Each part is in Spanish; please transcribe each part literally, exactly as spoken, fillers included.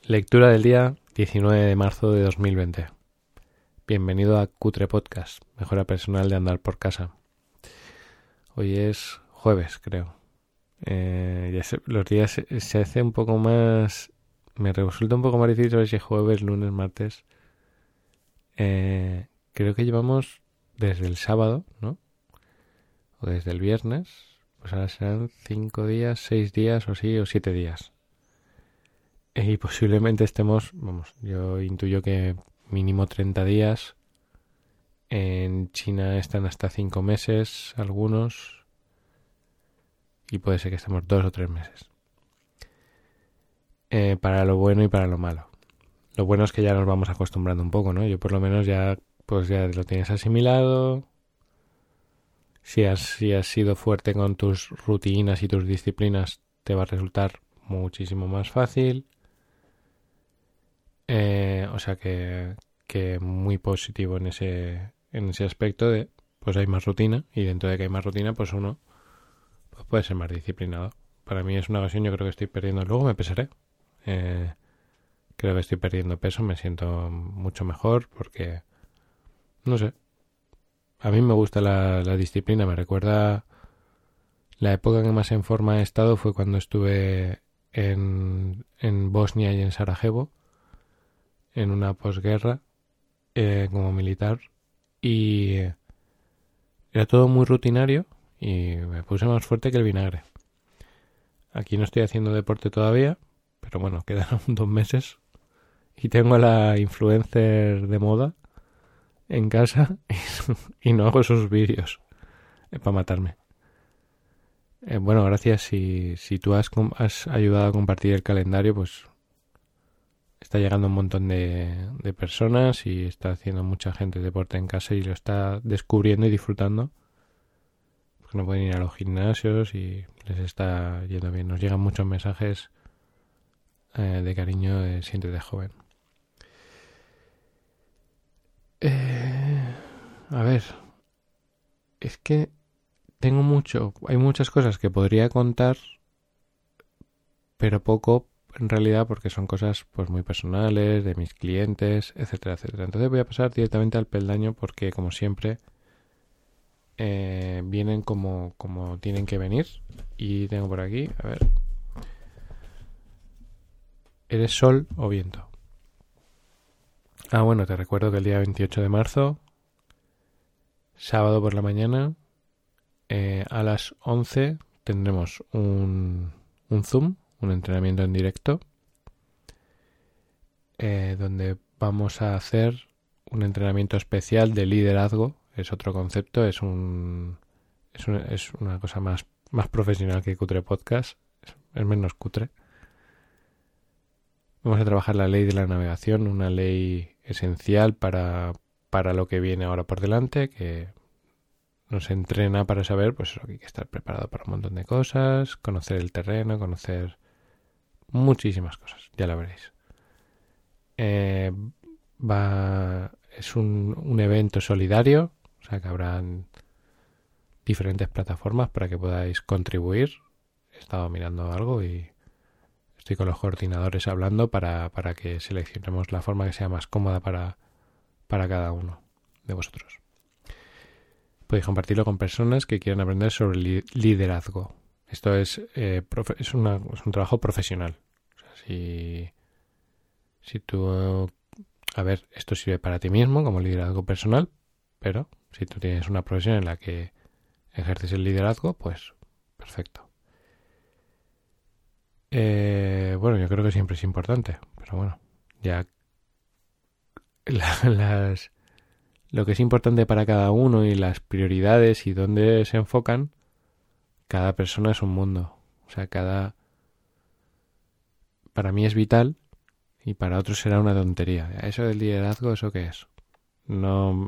Lectura del día diecinueve de marzo de dos mil veinte. Bienvenido a Cutre Podcast, mejora personal de andar por casa. Hoy es jueves, creo. Eh, ya se, los días se, se hace un poco más... Me resulta un poco más difícil saber si es jueves, lunes, martes. Eh, creo que llevamos desde el sábado, ¿no? O desde el viernes. Pues ahora serán cinco días, seis días o así, o siete días. Y posiblemente estemos, vamos, yo intuyo que mínimo treinta días. En China están hasta cinco meses algunos. Y puede ser que estemos dos o tres meses. Eh, para lo bueno y para lo malo. Lo bueno es que ya nos vamos acostumbrando un poco, ¿no? Yo por lo menos ya, pues ya lo tienes asimilado. Si has, si has sido fuerte con tus rutinas y tus disciplinas, te va a resultar muchísimo más fácil. Eh, o sea que, que muy positivo en ese, en ese aspecto de, pues hay más rutina, y dentro de que hay más rutina, pues uno pues puede ser más disciplinado. Para mí es una ocasión, yo creo que estoy perdiendo, luego me pesaré. Eh, creo que estoy perdiendo peso, me siento mucho mejor porque, no sé, a mí me gusta la, la disciplina, me recuerda la época que más en forma he estado fue cuando estuve en, en Bosnia y en Sarajevo, en una posguerra eh, como militar, y era todo muy rutinario y me puse más fuerte que el vinagre. Aquí no estoy haciendo deporte todavía, pero bueno, quedan dos meses y tengo a la influencer de moda en casa y, y no hago esos vídeos eh, para matarme. Eh, bueno, gracias. Si, si tú has, has ayudado a compartir el calendario, pues está llegando un montón de, de personas y está haciendo mucha gente deporte en casa y lo está descubriendo y disfrutando. Porque no pueden ir a los gimnasios y les está yendo bien. Nos llegan muchos mensajes eh, de cariño de siéntete joven. Eh, a ver, es que tengo mucho, hay muchas cosas que podría contar, pero poco en realidad porque son cosas pues muy personales, de mis clientes, etcétera, etcétera. Entonces voy a pasar directamente al peldaño porque, como siempre, eh, vienen como, como tienen que venir. Y tengo por aquí, a ver, ¿eres sol o viento? Ah, bueno, te recuerdo que el día veintiocho de marzo, sábado por la mañana, eh, a las once tendremos un, un Zoom, un entrenamiento en directo, eh, donde vamos a hacer un entrenamiento especial de liderazgo. Es otro concepto, es un es una, es una cosa más, más profesional que Cutre Podcast, es, es menos cutre. Vamos a trabajar la ley de la navegación, una ley esencial para, para lo que viene ahora por delante, que nos entrena para saber, pues eso, que hay que estar preparado para un montón de cosas, conocer el terreno, conocer muchísimas cosas, ya lo veréis. Eh, va, es un, un evento solidario, o sea que habrán diferentes plataformas para que podáis contribuir. He estado mirando algo y estoy con los coordinadores hablando para, para que seleccionemos la forma que sea más cómoda para, para cada uno de vosotros. Podéis compartirlo con personas que quieran aprender sobre li- liderazgo. Esto es, eh, profe- es, una, es un trabajo profesional. O sea, si, si tú... A ver, esto sirve para ti mismo como liderazgo personal, pero si tú tienes una profesión en la que ejerces el liderazgo, pues perfecto. Eh, bueno, yo creo que siempre es importante, pero bueno, ya la, las, lo que es importante para cada uno y las prioridades y dónde se enfocan, cada persona es un mundo. O sea, cada... Para mí es vital y para otros será una tontería. ¿Eso del liderazgo, eso qué es? No...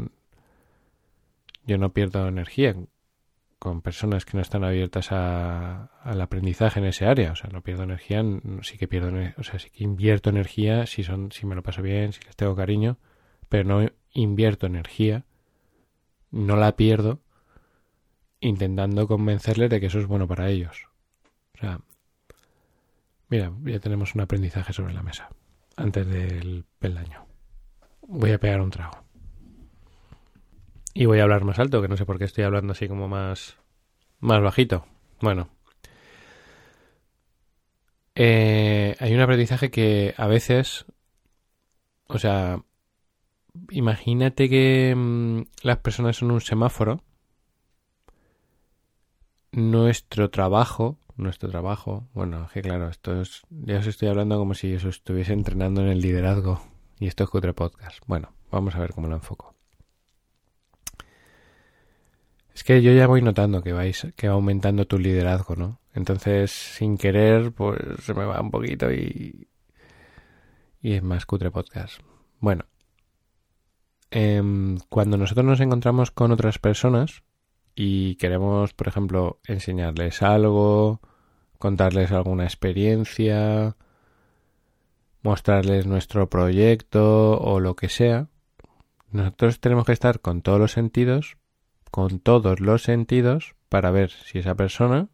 Yo no pierdo energía con personas que no están abiertas a, al aprendizaje en ese área. O sea, no pierdo energía, sí que pierdo, o sea, sí que invierto energía si son, si me lo paso bien, si les tengo cariño, pero no invierto energía, no la pierdo intentando convencerles de que eso es bueno para ellos. O sea, Mira, ya tenemos un aprendizaje sobre la mesa. Antes del peldaño. Voy a pegar un trago. Y voy a hablar más alto, que no sé por qué estoy hablando así como más, más bajito. Bueno. Eh, hay un aprendizaje que a veces... O sea... Imagínate que mmm, las personas son un semáforo. Nuestro trabajo... Nuestro trabajo... Bueno, que claro, esto es... Ya os estoy hablando como si os estuviese entrenando en el liderazgo. Y esto es Cutre Podcast. Bueno, vamos a ver cómo lo enfoco. Es que yo ya voy notando que vais, que va aumentando tu liderazgo, ¿no? Entonces, sin querer, pues se me va un poquito y... Y es más Cutre Podcast. Bueno. Eh, cuando nosotros nos encontramos con otras personas y queremos, por ejemplo, enseñarles algo, contarles alguna experiencia, mostrarles nuestro proyecto o lo que sea, nosotros tenemos que estar con todos los sentidos, con todos los sentidos, para ver si esa persona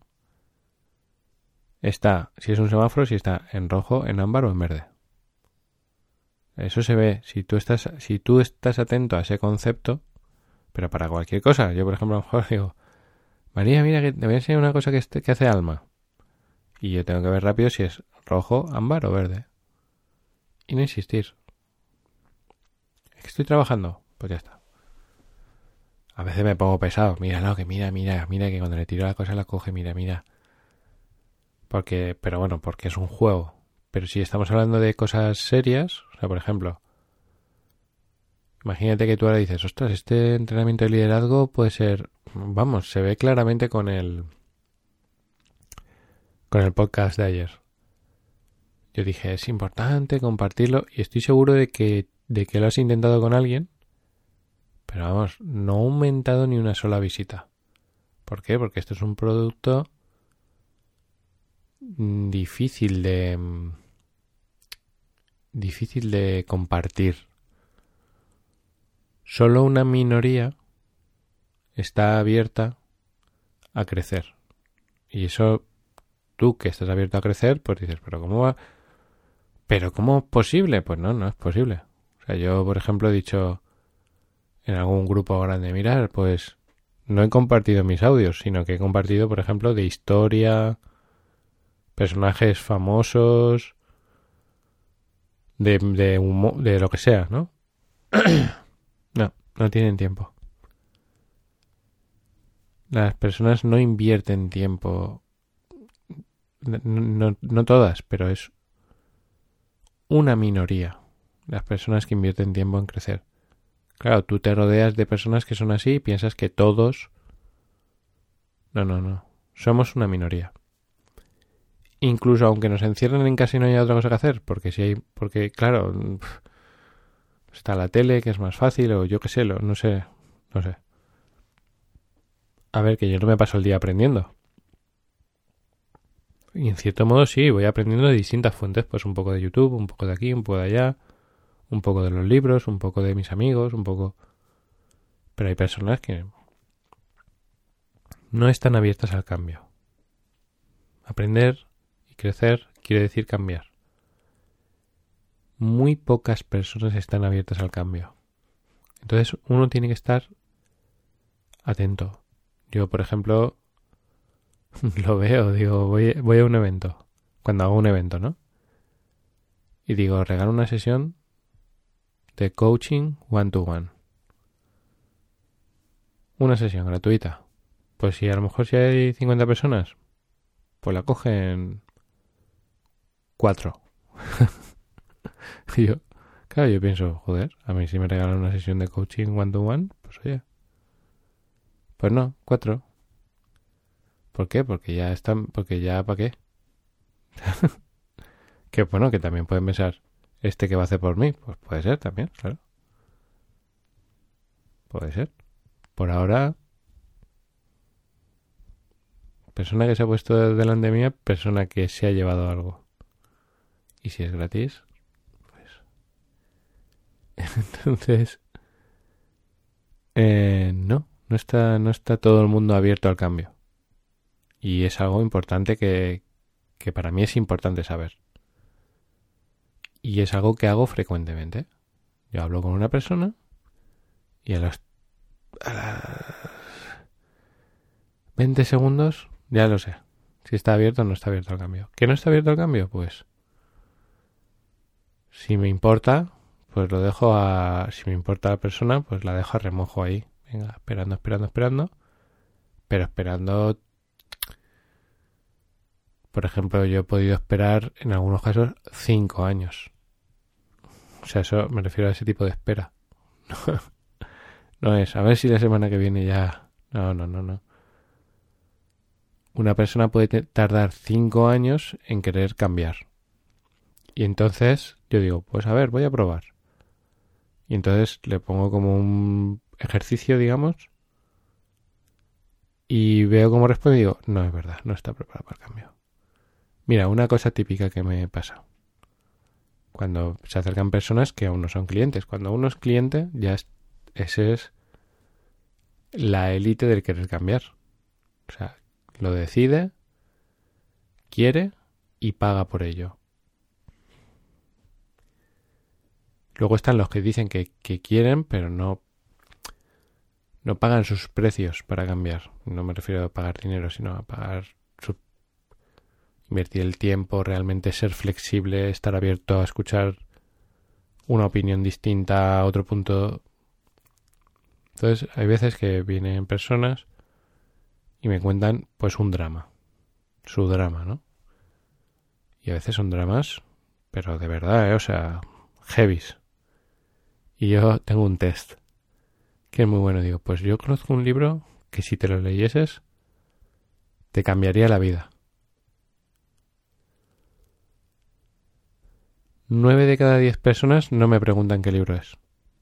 está, si es un semáforo, si está en rojo, en ámbar o en verde. Eso se ve, si tú estás, si tú estás atento a ese concepto, pero para cualquier cosa. Yo, por ejemplo, a lo mejor digo, María, mira, que te voy a enseñar una cosa que, este, que hace Alma. Y yo tengo que ver rápido si es rojo, ámbar o verde. Y no insistir. Es que estoy trabajando. Pues ya está. A veces me pongo pesado. Mira, no, que mira, mira, mira, que cuando le tiro la cosa la coge, mira, mira. Porque, pero bueno, porque es un juego. Pero si estamos hablando de cosas serias, o sea, por ejemplo, imagínate que tú ahora dices, ostras, este entrenamiento de liderazgo puede ser, vamos, se ve claramente con el con el podcast de ayer. Yo dije, es importante compartirlo y estoy seguro de que de que lo has intentado con alguien, pero vamos, no ha aumentado ni una sola visita. ¿Por qué? Porque esto es un producto difícil de difícil de compartir. Solo una minoría está abierta a crecer. Y eso, tú que estás abierto a crecer, pues dices, pero ¿cómo va? ¿Pero cómo es posible? Pues no, no es posible. O sea, yo, por ejemplo, he dicho en algún grupo grande, mirar, pues no he compartido mis audios, sino que he compartido, por ejemplo, de historia, personajes famosos, de, de, humo, de lo que sea, ¿no? No, no tienen tiempo. Las personas no invierten tiempo. No, no, no todas, pero es una minoría las personas que invierten tiempo en crecer. Claro, tú te rodeas de personas que son así y piensas que todos... No, no, no. Somos una minoría. Incluso aunque nos encierren en casa y no haya otra cosa que hacer, porque si hay... Porque, claro, está la tele, que es más fácil, o yo qué sé, lo, no sé, no sé. A ver, que yo no me paso el día aprendiendo. Y en cierto modo sí, voy aprendiendo de distintas fuentes, pues un poco de YouTube, un poco de aquí, un poco de allá, un poco de los libros, un poco de mis amigos, un poco... Pero hay personas que no están abiertas al cambio. Aprender y crecer quiere decir cambiar. Muy pocas personas están abiertas al cambio. Entonces uno tiene que estar atento. Yo, por ejemplo, lo veo, digo, voy, voy a un evento, cuando hago un evento, ¿no? Y digo, regalo una sesión de coaching one to one. Una sesión gratuita. Pues si a lo mejor si hay cincuenta personas, pues la cogen cuatro. Y yo, claro, yo pienso, joder, a mí si me regalan una sesión de coaching one to one, pues oye. Pues no, cuatro. ¿Por qué? Porque ya están, porque ya ¿para qué? Que bueno, que también pueden pensar, este que va a hacer por mí, pues puede ser también, claro. Puede ser. Por ahora, persona que se ha puesto delante mía, persona que se ha llevado algo. Y si es gratis, pues... Entonces, eh, no, no está, no está todo el mundo abierto al cambio. Y es algo importante que, que para mí es importante saber. Y es algo que hago frecuentemente. Yo hablo con una persona y a los, a las veinte segundos ya lo sé. Si está abierto o no está abierto el cambio. ¿Que no está abierto el cambio? Pues si me importa, pues lo dejo a... Si me importa la persona, pues la dejo a remojo ahí. Venga, esperando, esperando, esperando. Pero esperando... Por ejemplo, yo he podido esperar, en algunos casos, cinco años. O sea, eso me refiero a ese tipo de espera. No es, a ver si la semana que viene ya... No, no, no, no. Una persona puede te- tardar cinco años en querer cambiar. Y entonces yo digo, pues a ver, voy a probar. Y entonces le pongo como un ejercicio, digamos, y veo cómo responde y digo, no es verdad, no está preparado para el cambio. Mira, una cosa típica que me pasa. Cuando se acercan personas que aún no son clientes. Cuando uno es cliente, ya es, ese es la élite del querer cambiar. O sea, lo decide, quiere y paga por ello. Luego están los que dicen que, que quieren, pero no, no pagan sus precios para cambiar. No me refiero a pagar dinero, sino a pagar su, invertir el tiempo, realmente ser flexible, estar abierto a escuchar una opinión distinta a otro punto. Entonces, hay veces que vienen personas y me cuentan, pues, un drama. Su drama, ¿no? Y a veces son dramas, pero de verdad, ¿eh? O sea, heavies. Y yo tengo un test que es muy bueno. Digo, pues yo conozco un libro que si te lo leyeses te cambiaría la vida. Nueve de cada diez personas no me preguntan qué libro es.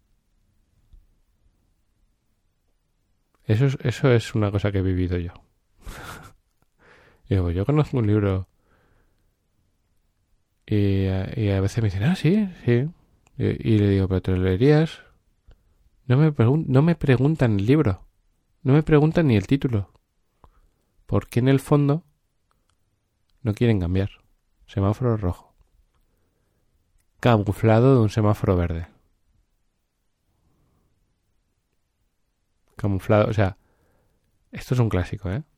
Eso es, eso es una cosa que he vivido yo. Digo, yo conozco un libro y, y a veces me dicen, ah, sí, sí. Y, y le digo, pero ¿te lo leerías? No me, pregun- no me preguntan el libro. No me preguntan ni el título. Porque en el fondo no quieren cambiar. Semáforo rojo. Camuflado de un semáforo verde. Camuflado, o sea, esto es un clásico, ¿eh?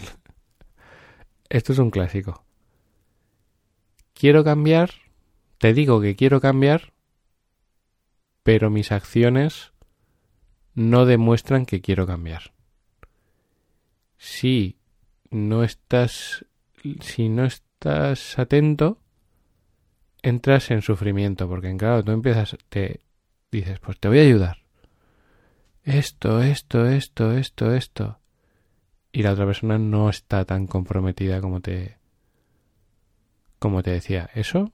Esto es un clásico. Quiero cambiar, te digo que quiero cambiar, pero mis acciones no demuestran que quiero cambiar. Si no estás, si no estás atento, entras en sufrimiento, porque claro, tú empiezas, te dices, pues te voy a ayudar. Esto, esto, esto, esto, esto. Y la otra persona no está tan comprometida como te, como te decía. Eso,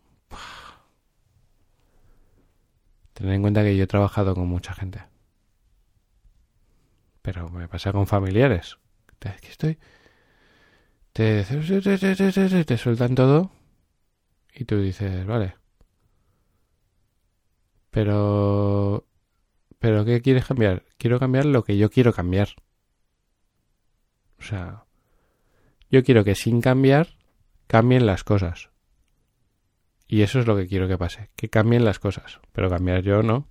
ten en cuenta que yo he trabajado con mucha gente. Pero me pasa con familiares. Es que estoy... Te, te, te sueltan todo y tú dices, vale. Pero... ¿Pero qué quieres cambiar? Quiero cambiar lo que yo quiero cambiar. O sea, yo quiero que sin cambiar cambien las cosas. Y eso es lo que quiero que pase, que cambien las cosas. Pero cambiar yo no.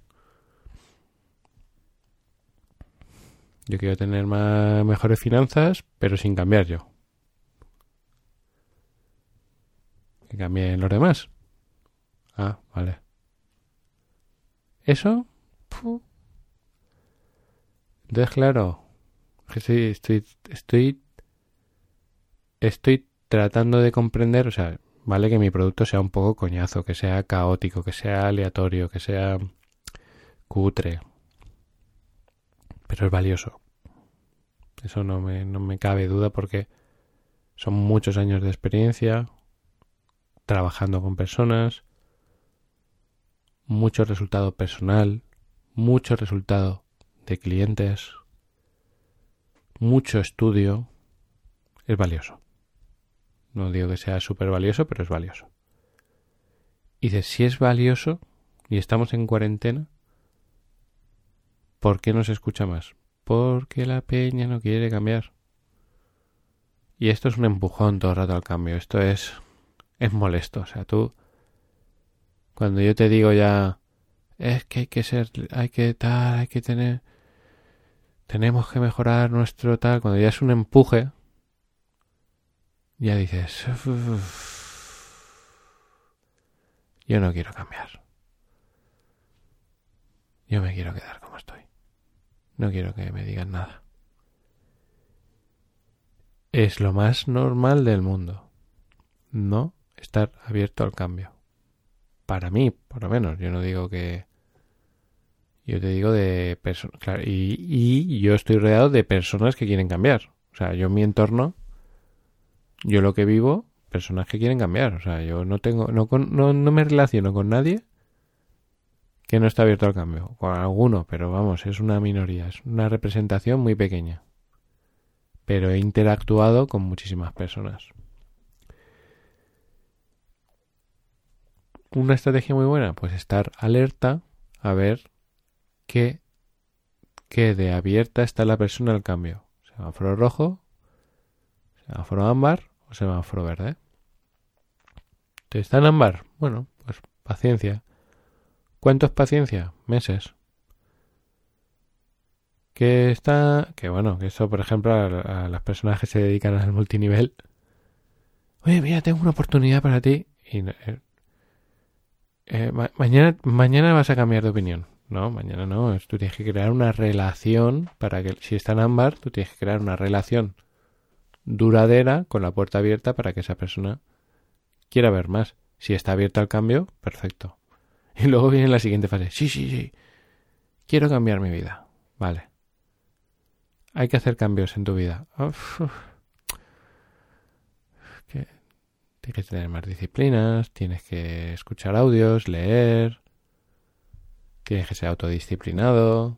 Yo quiero tener más, mejores finanzas, pero sin cambiar yo. Que cambien los demás. Ah, vale. Eso... Puh. Entonces, claro, estoy, estoy, estoy, estoy tratando de comprender, o sea, vale que mi producto sea un poco coñazo, que sea caótico, que sea aleatorio, que sea cutre, pero es valioso. Eso no me, no me cabe duda porque son muchos años de experiencia trabajando con personas, mucho resultado personal, mucho resultado de clientes, mucho estudio. Es valioso. No digo que sea súper valioso, pero es valioso. Y dices, si es valioso y estamos en cuarentena, ¿por qué no se escucha más? Porque la peña no quiere cambiar. Y esto es un empujón todo el rato al cambio. Esto es... es molesto. O sea, tú, cuando yo te digo ya, es que hay que ser, hay que tal, hay que tener, tenemos que mejorar nuestro tal, cuando ya es un empuje, ya dices, yo no quiero cambiar. Yo me quiero quedar como estoy. No quiero que me digan nada. Es lo más normal del mundo. No estar abierto al cambio. Para mí, por lo menos. Yo no digo que... Yo te digo de personas... Claro, y, y yo estoy rodeado de personas que quieren cambiar. O sea, yo en mi entorno, yo lo que vivo, personas que quieren cambiar. O sea, yo no tengo... No, con, no, no me relaciono con nadie que no está abierto al cambio. Con alguno, pero vamos, es una minoría. Es una representación muy pequeña. Pero he interactuado con muchísimas personas. Una estrategia muy buena, pues estar alerta a ver qué, qué de abierta está la persona al cambio. Semáforo rojo, semáforo ámbar o semáforo verde. ¿Te está en ámbar? Bueno, pues paciencia. ¿Cuánto es paciencia? Meses. Que está... Que bueno, que eso, por ejemplo, a, a las personas que se dedican al multinivel. Oye, mira, tengo una oportunidad para ti. Y eh, eh, ma- mañana, mañana vas a cambiar de opinión. No, mañana no. Tú tienes que crear una relación para que, si está en ámbar, tú tienes que crear una relación duradera con la puerta abierta para que esa persona quiera ver más. Si está abierta al cambio, perfecto. Y luego viene la siguiente fase. Sí, sí, sí. Quiero cambiar mi vida. Vale. Hay que hacer cambios en tu vida. Uf, uf. Que tienes que tener más disciplinas, tienes que escuchar audios, leer, tienes que ser autodisciplinado,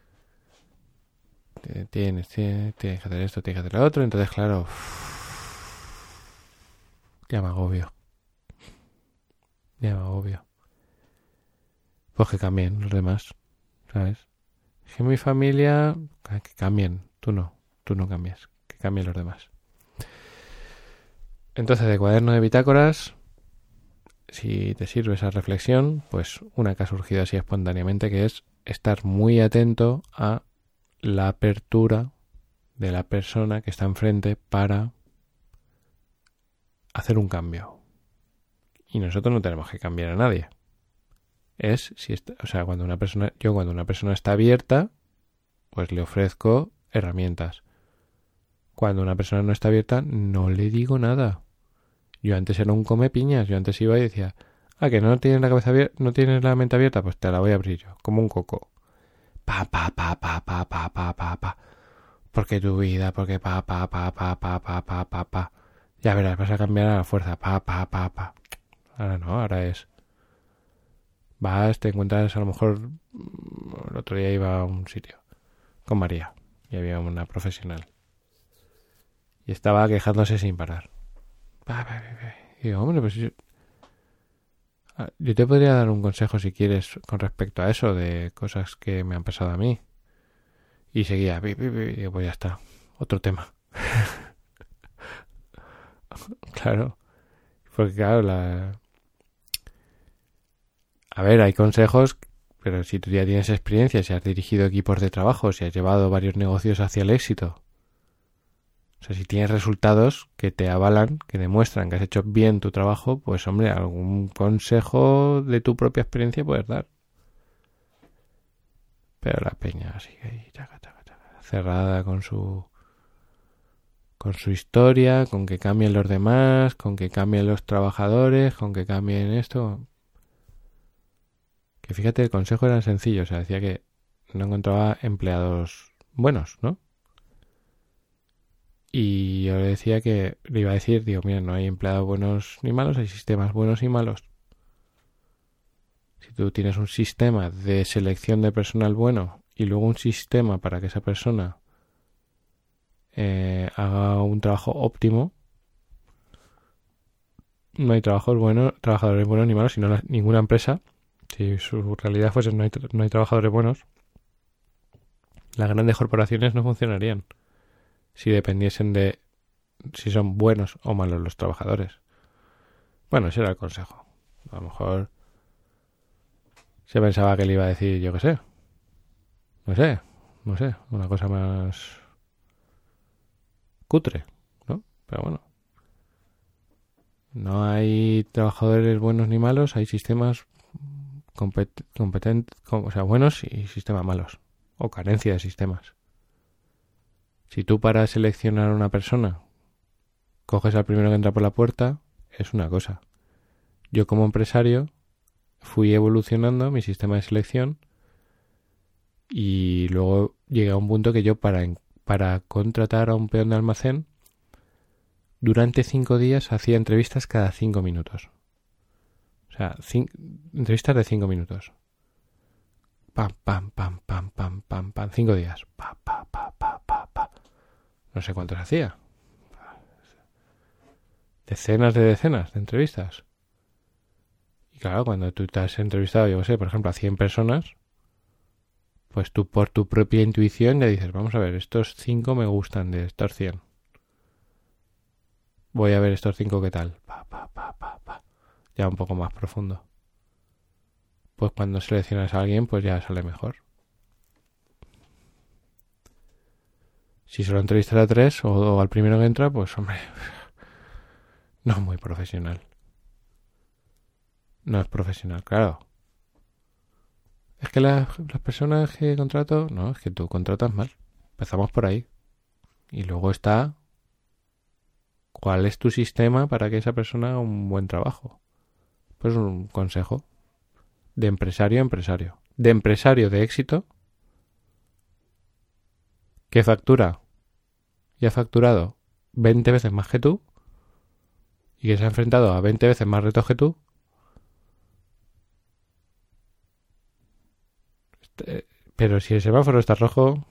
tienes, tienes, tienes que hacer esto, tienes que hacer lo otro. Entonces, claro, uf, ya me agobio. Ya me agobio. Pues que cambien los demás, ¿sabes? Que mi familia, que cambien, tú no, tú no cambias, que cambien los demás. Entonces, de cuaderno de bitácoras, si te sirve esa reflexión, pues una que ha surgido así espontáneamente, que es estar muy atento a la apertura de la persona que está enfrente para hacer un cambio. Y nosotros no tenemos que cambiar a nadie. Es si está, o sea, cuando una persona, yo cuando una persona está abierta, pues le ofrezco herramientas. Cuando una persona no está abierta, no le digo nada. Yo antes era un come piñas, yo antes iba y decía, ah, que no tienes la cabeza abierta, no tienes la mente abierta, pues te la voy a abrir yo, como un coco. Pa, pa, pa, pa, pa, pa, pa, pa, pa. Porque tu vida, porque pa, pa, pa, pa, pa, pa, pa, pa, pa. Ya verás, vas a cambiar a la fuerza, pa, pa, pa, pa. Ahora no, ahora es... Vas, te encuentras a lo mejor... El otro día iba a un sitio con María y había una profesional. Y estaba quejándose sin parar. Y digo, hombre, pues yo... Yo te podría dar un consejo si quieres con respecto a eso, de cosas que me han pasado a mí. Y seguía, y digo, pues ya está, otro tema. Claro, porque claro, la... A ver, hay consejos, pero si tú ya tienes experiencia, si has dirigido equipos de trabajo, si has llevado varios negocios hacia el éxito, o sea, si tienes resultados que te avalan, que demuestran que has hecho bien tu trabajo, pues hombre, algún consejo de tu propia experiencia puedes dar. Pero la peña sigue ahí, chaca, chaca, chaca, cerrada con su con su historia, con que cambien los demás, con que cambien los trabajadores, con que cambien esto. Que fíjate, el consejo era sencillo, o sea, decía que no encontraba empleados buenos, ¿no? Y yo le decía que, le iba a decir, digo, mira, no hay empleados buenos ni malos, hay sistemas buenos y malos. Si tú tienes un sistema de selección de personal bueno y luego un sistema para que esa persona eh, haga un trabajo óptimo, no hay trabajos buenos, trabajadores buenos ni malos, sino la, ninguna empresa, si su realidad fuese no hay, no hay trabajadores buenos, las grandes corporaciones no funcionarían si dependiesen de si son buenos o malos los trabajadores. Bueno, ese era el consejo. A lo mejor se pensaba que le iba a decir, yo qué sé. No sé, no sé, una cosa más cutre, ¿no? Pero bueno. No hay trabajadores buenos ni malos, hay sistemas compet- competentes, o sea, buenos y sistemas malos. O carencia de sistemas. Si tú para seleccionar a una persona coges al primero que entra por la puerta, es una cosa. Yo como empresario fui evolucionando mi sistema de selección y luego llegué a un punto que yo para, para contratar a un peón de almacén durante cinco días hacía entrevistas cada cinco minutos. O sea, cinco, entrevistas de cinco minutos. Pam, pam, pam, pam, pam, pam, pam. Cinco días. Pa, pa, pa, pa, pa, pa. No sé cuántos hacía. Decenas de decenas de entrevistas. Y claro, cuando tú te has entrevistado, yo qué sé, por ejemplo, a cien personas, pues tú por tu propia intuición ya dices, vamos a ver, estos cinco me gustan de estos cien. Voy a ver estos cinco qué tal. Pa, pa, pa, pa, pa. Ya un poco más profundo. Pues cuando seleccionas a alguien, pues ya sale mejor. Si solo entrevistas a tres o, o al primero que entra, pues hombre, no es muy profesional. No es profesional, claro. Es que las, las personas que contrato, no, es que tú contratas mal. Empezamos por ahí. Y luego está cuál es tu sistema para que esa persona haga un buen trabajo. Pues un consejo. De empresario a empresario. De empresario de éxito que factura y ha facturado veinte veces más que tú y que se ha enfrentado a veinte veces más retos que tú. Pero si el semáforo está rojo...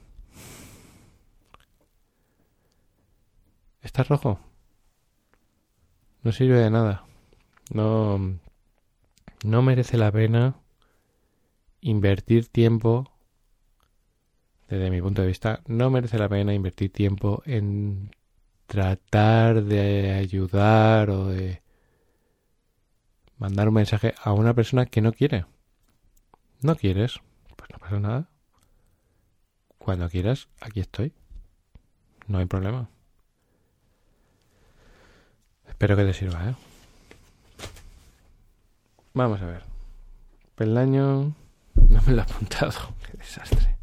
¿Está rojo? No sirve de nada. No... No merece la pena invertir tiempo, desde mi punto de vista, no merece la pena invertir tiempo en tratar de ayudar o de mandar un mensaje a una persona que no quiere. ¿No quieres? Pues no pasa nada. Cuando quieras, aquí estoy. No hay problema. Espero que te sirva, ¿eh? Vamos a ver. Peldaño... No me lo he apuntado. Qué desastre.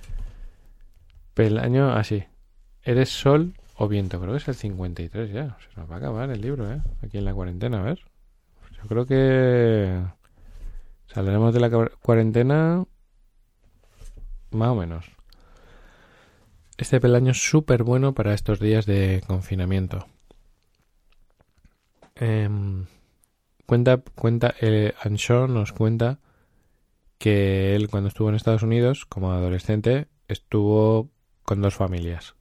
Peldaño así. ¿Eres sol o viento? Creo que es el cincuenta y tres ya. Se nos va a acabar el libro, ¿eh? Aquí en la cuarentena, a ver. Yo creo que... Saldremos de la cuarentena... Más o menos. Este peldaño es súper bueno para estos días de confinamiento. Eh, cuenta, cuenta, eh, Ansho nos cuenta que él cuando estuvo en Estados Unidos, como adolescente, estuvo con dos familias.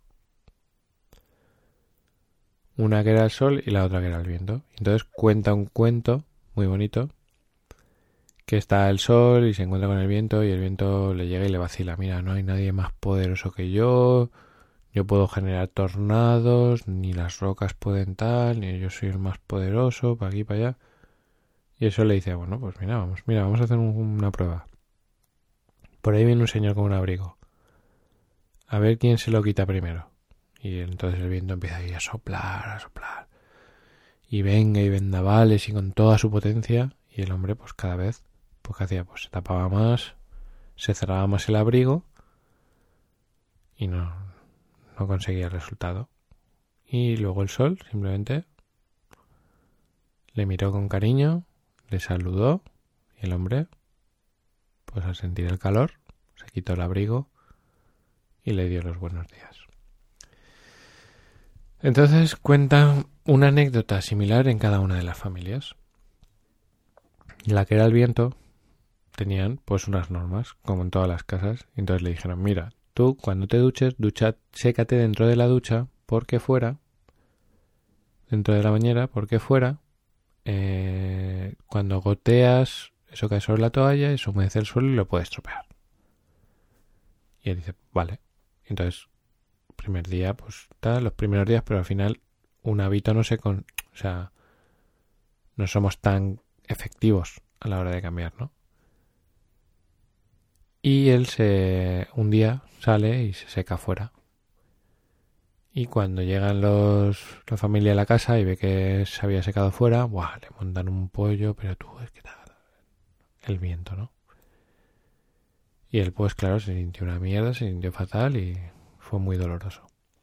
Una que era el sol y la otra que era el viento. Entonces cuenta un cuento muy bonito que está el sol y se encuentra con el viento y el viento le llega y le vacila. Mira, no hay nadie más poderoso que yo. Yo puedo generar tornados, ni las rocas pueden tal, ni yo soy el más poderoso, para aquí, para allá. Y eso le dice, bueno, pues mira, vamos, mira, vamos a hacer un, una prueba. Por ahí viene un señor con un abrigo. A ver quién se lo quita primero. Y entonces el viento empieza ahí a soplar, a soplar. Y venga y vendavales y con toda su potencia. Y el hombre, pues cada vez, pues ¿qué hacía? Pues se tapaba más, se cerraba más el abrigo y no, no conseguía el resultado. Y luego el sol simplemente le miró con cariño, le saludó y el hombre, pues al sentir el calor, se quitó el abrigo y le dio los buenos días. Entonces cuenta una anécdota similar en cada una de las familias. La que era el viento tenían pues unas normas, como en todas las casas. Y entonces le dijeron, mira, tú cuando te duches, ducha, sécate dentro de la ducha, porque fuera, dentro de la bañera, porque fuera, eh, cuando goteas, eso cae sobre la toalla y se humedece el suelo y lo puedes estropear. Y él dice, vale. Entonces, primer día, pues tal, los primeros días, pero al final un hábito no se con, o sea, no somos tan efectivos a la hora de cambiar, ¿no? Y él se un día sale y se seca afuera. Y cuando llegan los la familia a la casa y ve que se había secado fuera, ¡buah! Le montan un pollo, pero tú, es que tal, el viento, ¿no? Y él, pues claro, se sintió una mierda, se sintió fatal y fue muy doloroso.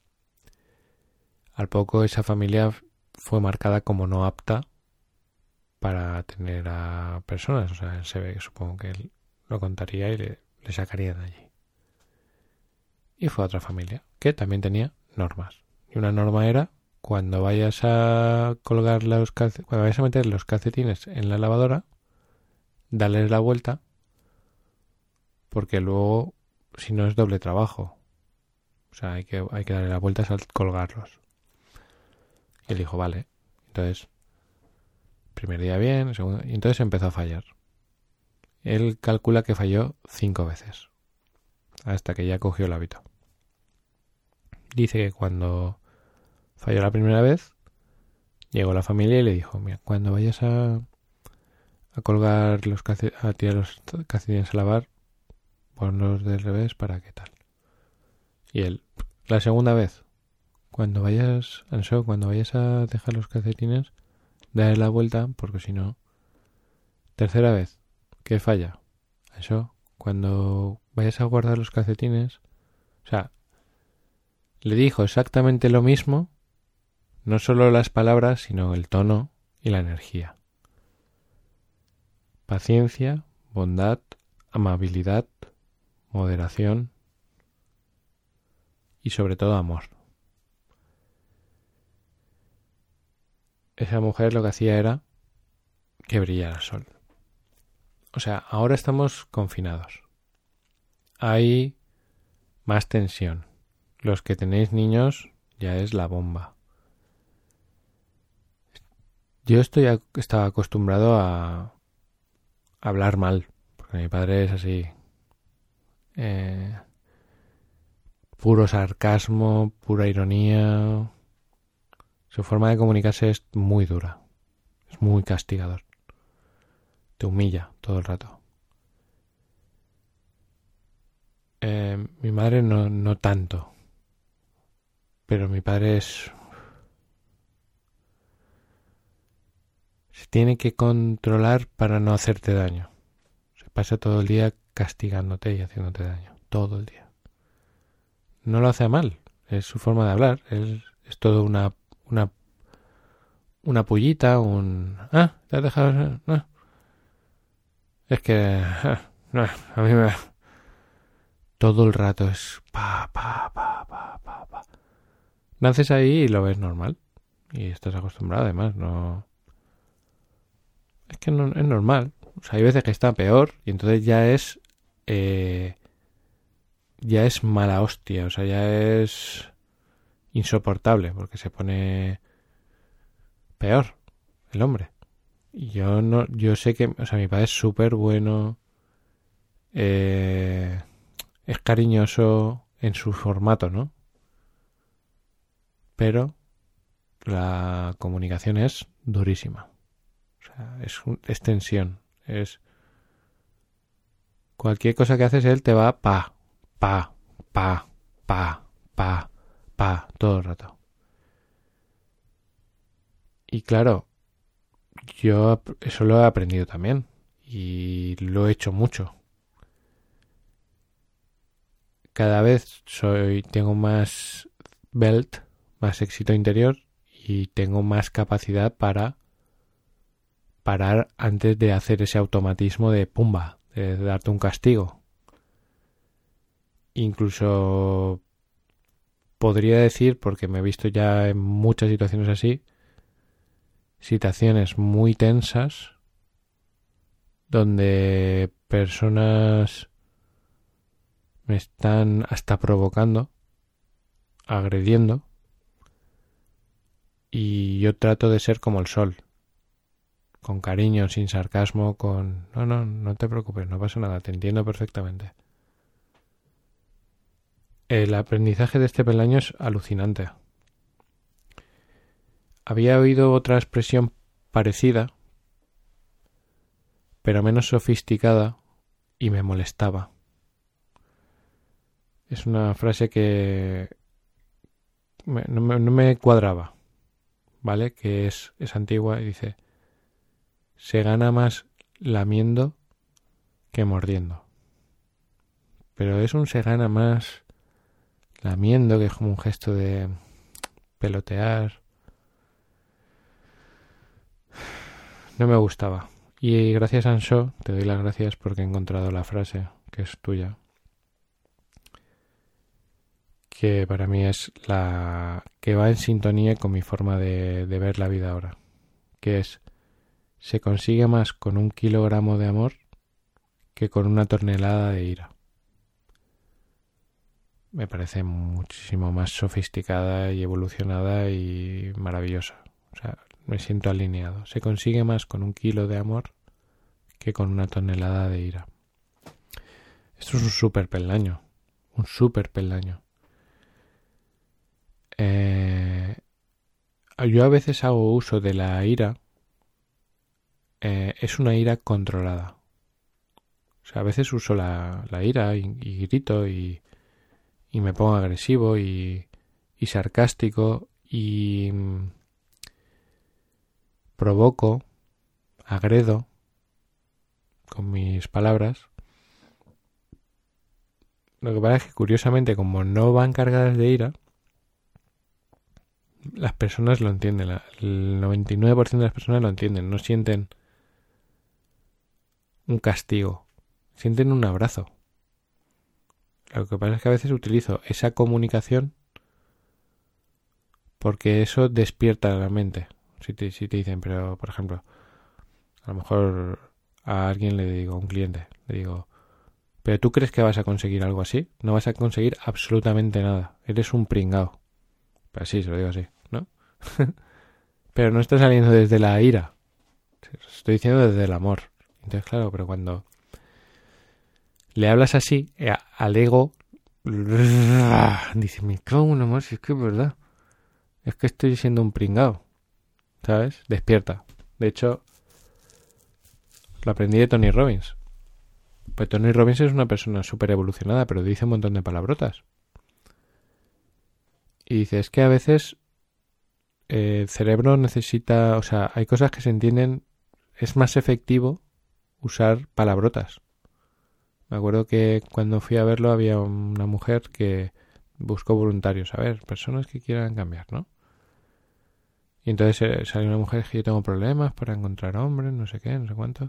Al poco esa familia fue marcada como no apta para tener a personas. O sea, él se ve que supongo que él lo contaría y le, le sacaría de allí. Y fue a otra familia que también tenía normas. Y una norma era cuando vayas a colgar los calcetines, cuando vayas a meter los calcetines en la lavadora, darles la vuelta, porque luego si no es doble trabajo. O sea, hay que, hay que darle las vueltas al colgarlos. Y él dijo, vale. Entonces, primer día bien, segundo, y entonces empezó a fallar. Él calcula que falló cinco veces, hasta que ya cogió el hábito. Dice que cuando falló la primera vez, llegó la familia y le dijo, mira, cuando vayas a, a colgar los calcetines, a tirar los calcetines a lavar, ponlos del revés para qué tal. Y él, la segunda vez, cuando vayas, Anso, cuando vayas a dejar los calcetines, dale la vuelta, porque si no. Tercera vez, ¿qué falla? Anso, cuando vayas a guardar los calcetines, o sea, le dijo exactamente lo mismo, no solo las palabras, sino el tono y la energía. Paciencia, bondad, amabilidad, moderación y sobre todo amor. Esa mujer lo que hacía era que brillara el sol. O sea, ahora estamos confinados. Hay más tensión. Los que tenéis niños ya es la bomba. Yo estoy estaba acostumbrado a hablar mal, porque mi padre es así. Eh, puro sarcasmo, pura ironía. Su forma de comunicarse es muy dura. Es muy castigador. Te humilla todo el rato. Eh, mi madre no, no tanto. Pero mi padre es... Se tiene que controlar para no hacerte daño. Se pasa todo el día castigándote y haciéndote daño. Todo el día. No lo hace a mal. Es su forma de hablar. Es, es todo una... Una, una pullita, un... Ah, te has dejado... No. Es que... Ah, no, a mí me... Todo el rato es... Pa, pa, pa, pa, pa, pa. Naces ahí y lo ves normal. Y estás acostumbrado además, no... Es que no, es normal. O sea, hay veces que está peor y entonces ya es... Eh, ya es mala hostia. O sea, ya es... insoportable porque se pone peor el hombre. Y yo no, yo sé que, o sea, mi padre es súper bueno, eh, es cariñoso en su formato, ¿no? Pero la comunicación es durísima. O sea, es, es tensión, es cualquier cosa que haces él te va pa, pa, pa, pa, pa, pa, todo el rato. Y claro, yo eso lo he aprendido también y lo he hecho mucho. Cada vez soy tengo más belt, más éxito interior y tengo más capacidad para parar antes de hacer ese automatismo de pumba, de darte un castigo. Incluso podría decir, porque me he visto ya en muchas situaciones así, situaciones muy tensas donde personas me están hasta provocando, agrediendo, y yo trato de ser como el sol, con cariño, sin sarcasmo, con... No, no, no te preocupes, no pasa nada, te entiendo perfectamente. El aprendizaje de este peldaño es alucinante. Había oído otra expresión parecida, pero menos sofisticada y me molestaba. Es una frase que me, no, me, no me cuadraba, ¿vale? Que es, es antigua y dice: se gana más lamiendo que mordiendo. Pero es un se gana más lamiendo, que es como un gesto de pelotear. No me gustaba. Y gracias a Ansho, te doy las gracias porque he encontrado la frase, que es tuya, que para mí es la que va en sintonía con mi forma de, de ver la vida ahora, que es: se consigue más con un kilogramo de amor que con una tonelada de ira. Me parece muchísimo más sofisticada y evolucionada y maravillosa. O sea, me siento alineado. Se consigue más con un kilo de amor que con una tonelada de ira. Esto es un súper peldaño. Un súper peldaño. Eh, yo a veces hago uso de la ira. Eh, es una ira controlada. O sea, a veces uso la, la ira y, y grito y, y me pongo agresivo y, y sarcástico y mm, provoco, agredo con mis palabras. Lo que pasa es que, curiosamente, como no van cargadas de ira, las personas lo entienden. El noventa y nueve por ciento de las personas lo entienden. No sienten un castigo, sienten un abrazo. Lo que pasa es que a veces utilizo esa comunicación porque eso despierta la mente. Si te, si te dicen, pero por ejemplo, a lo mejor a alguien le digo, a un cliente, le digo: ¿pero tú crees que vas a conseguir algo así? No vas a conseguir absolutamente nada. Eres un pringao. Pero sí, se lo digo así, ¿no? Pero no está saliendo desde la ira. Estoy diciendo desde el amor. Entonces, claro, pero cuando le hablas así, al ego, dice: me cago en una más, es que es verdad. Es que estoy siendo un pringao. ¿Sabes? Despierta. De hecho, lo aprendí de Tony Robbins. Pues Tony Robbins es una persona súper evolucionada, pero dice un montón de palabrotas. Y dice, es que a veces eh, el cerebro necesita... O sea, hay cosas que se entienden... Es más efectivo usar palabrotas. Me acuerdo que cuando fui a verlo había una mujer que buscó voluntarios. A ver, personas que quieran cambiar, ¿no? Y entonces eh, salió una mujer que yo tengo problemas para encontrar hombres, no sé qué, no sé cuánto.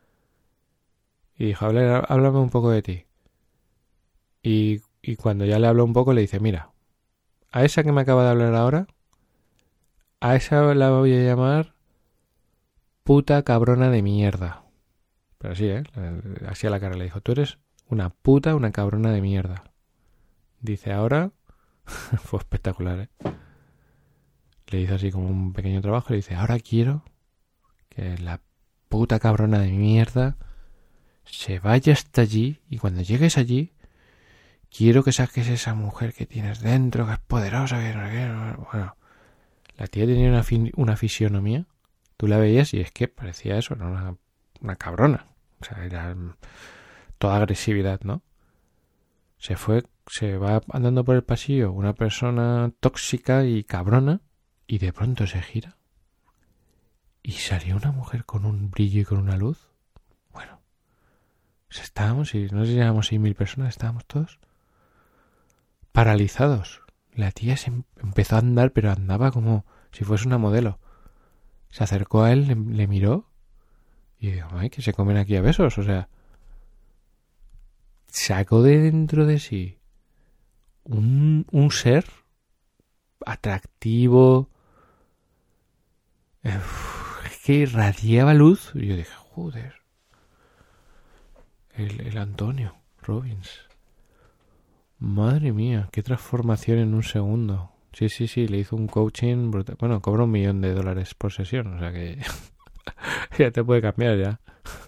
Y dijo, háblame un poco de ti. Y, y cuando ya le habló un poco le dice, mira, a esa que me acaba de hablar ahora, a esa la voy a llamar puta cabrona de mierda. Pero así, ¿eh? Así a la cara le dijo, tú eres una puta, una cabrona de mierda. Dice, ahora... Fue espectacular, ¿eh? Le hizo así como un pequeño trabajo y le dice, ahora quiero que la puta cabrona de mierda se vaya hasta allí y cuando llegues allí quiero que saques esa mujer que tienes dentro, que es poderosa, que no sé qué. Bueno, la tía tenía una, fi- una fisionomía, tú la veías y es que parecía eso, era una, una cabrona. O sea, era toda agresividad, ¿no? Se fue, se va andando por el pasillo una persona tóxica y cabrona y de pronto se gira y salió una mujer con un brillo y con una luz. Bueno, pues estábamos, y no sé si éramos seis mil personas, estábamos todos paralizados. La tía se empezó a andar, pero andaba como si fuese una modelo. Se acercó a él, le, le miró y dijo, ay, que se comen aquí a besos. O sea, sacó de dentro de sí un, un ser atractivo, uf, que irradiaba luz. Y yo dije, joder, el, el Antonio Robbins. Madre mía, qué transformación en un segundo. Sí, sí, sí, le hizo un coaching brutal. Bueno, cobra un millón de dólares por sesión, o sea que ya te puede cambiar ya.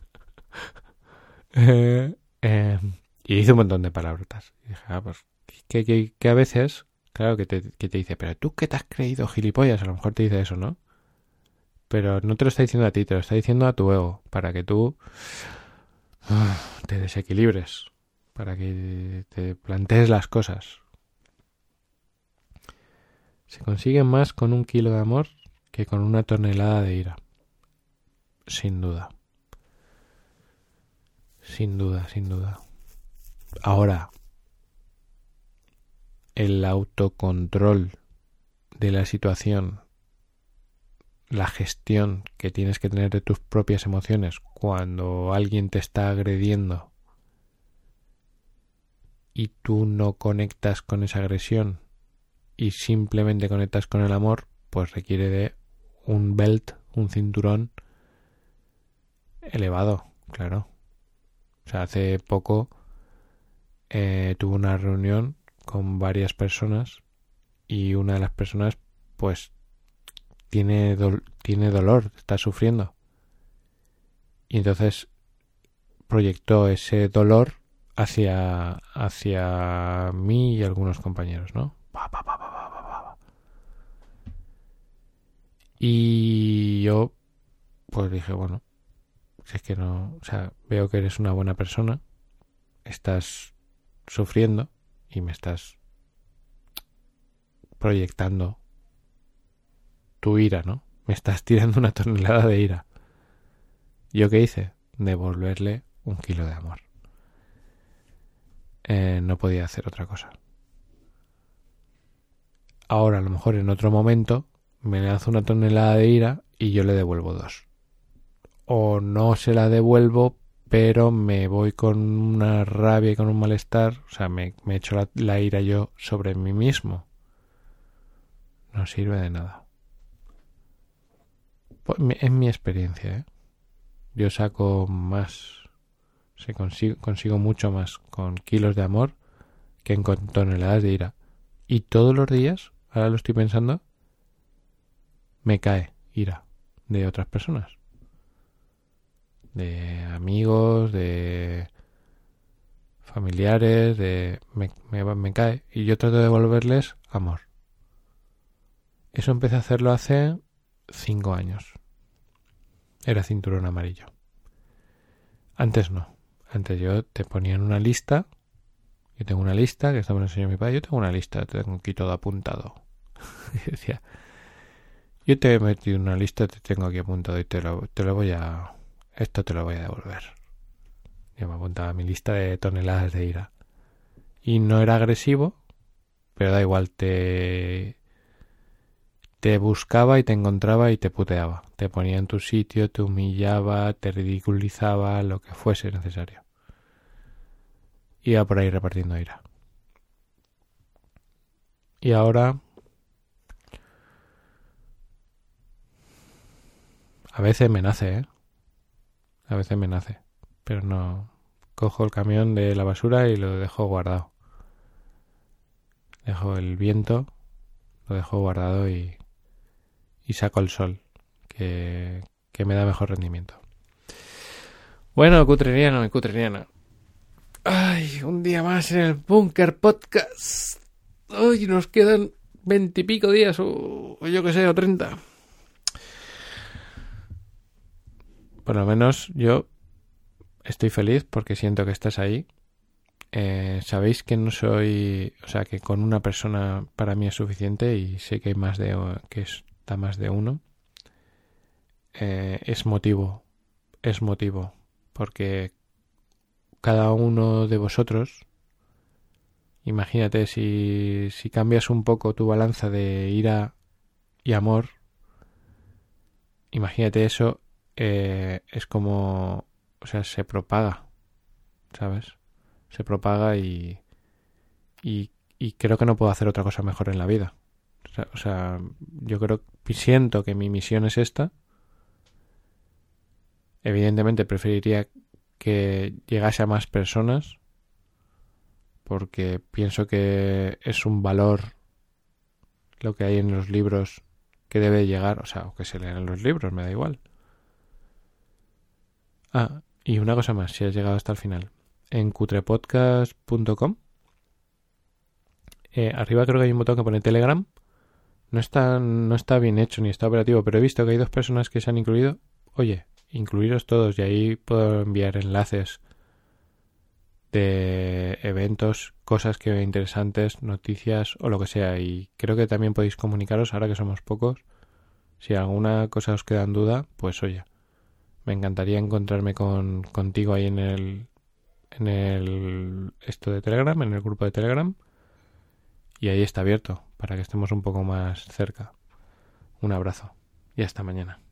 eh, eh, y hizo un montón de palabrotas. Y dije, ah, pues, que, que, que a veces, claro, que te, que te dice, pero tú qué te has creído, gilipollas, a lo mejor te dice eso, ¿no? pero no te lo está diciendo a ti, te lo está diciendo a tu ego, para que tú uh, te desequilibres, para que te plantees las cosas. Se consigue más con un kilo de amor que con una tonelada de ira. Sin duda. Sin duda, sin duda. Ahora, el autocontrol de la situación, la gestión que tienes que tener de tus propias emociones cuando alguien te está agrediendo y tú no conectas con esa agresión y simplemente conectas con el amor, pues requiere de un belt, un cinturón elevado, claro. O sea, hace poco eh, tuve una reunión con varias personas y una de las personas pues tiene, do- tiene dolor, está sufriendo. Y entonces proyectó ese dolor hacia, hacia mí y algunos compañeros, ¿no? Pa, pa, pa, pa, pa, pa, pa. Y yo pues dije, bueno, si es que no, o sea, veo que eres una buena persona, estás sufriendo y me estás proyectando tu ira, ¿no? Me estás tirando una tonelada de ira. ¿Yo qué hice? Devolverle un kilo de amor. Eh, no podía hacer otra cosa. Ahora, a lo mejor en otro momento, me lanzo una tonelada de ira y yo le devuelvo dos. O no se la devuelvo, pero me voy con una rabia y con un malestar, o sea, me, me echo la, la ira yo sobre mí mismo. No sirve de nada. Pues, es mi experiencia, ¿eh? Yo saco más, se consigo, consigo mucho más con kilos de amor que con toneladas de ira. Y todos los días, ahora lo estoy pensando, me cae ira de otras personas. De amigos, de familiares, de me, me, me cae. Y yo trato de devolverles amor. Eso empecé a hacerlo hace cinco años. Era cinturón amarillo. Antes no. Antes yo te ponía en una lista. Yo tengo una lista, que estamos enseñando a mi padre. Yo tengo una lista, te tengo aquí todo apuntado. Y decía, yo te he metido en una lista, te tengo aquí apuntado y te lo, te lo voy a... Esto te lo voy a devolver. Yo me apuntaba a mi lista de toneladas de ira. Y no era agresivo, pero da igual, te... Te buscaba y te encontraba y te puteaba. Te ponía en tu sitio, te humillaba, te ridiculizaba, lo que fuese necesario. Iba por ahí repartiendo ira. Y ahora... A veces me nace, ¿eh? A veces me nace. Pero no... Cojo el camión de la basura y lo dejo guardado. Dejo el viento, lo dejo guardado y... Y saco el sol, que, que me da mejor rendimiento. Bueno, cutreriano y cutreriana. Ay, un día más en el Búnker Podcast. Hoy nos quedan veintipico días, o, o yo que sé, o treinta. Por lo menos yo estoy feliz porque siento que estás ahí. Eh, sabéis que no soy... O sea, que con una persona para mí es suficiente y sé que hay más de... que está más de uno. Eh, es motivo. Es motivo. Porque cada uno de vosotros... Imagínate si, si cambias un poco tu balanza de ira y amor. Imagínate eso. Eh, es como... O sea, se propaga. ¿Sabes? Se propaga y, y y creo que no puedo hacer otra cosa mejor en la vida. O sea, o sea, yo creo, siento que mi misión es esta. Evidentemente preferiría que llegase a más personas porque pienso que es un valor lo que hay en los libros que debe llegar, o sea, o que se lean en los libros, me da igual. Ah, y una cosa más, si has llegado hasta el final. En cutrepodcast punto com eh, arriba creo que hay un botón que pone Telegram. No está, no está bien hecho ni está operativo, pero he visto que hay dos personas que se han incluido. Oye, incluiros todos y ahí puedo enviar enlaces de eventos, cosas que interesantes, noticias o lo que sea. Y creo que también podéis comunicaros ahora que somos pocos. Si alguna cosa os queda en duda, pues oye, me encantaría encontrarme con contigo ahí en el en el esto de Telegram, en el grupo de Telegram, y ahí está abierto para que estemos un poco más cerca. Un abrazo y hasta mañana.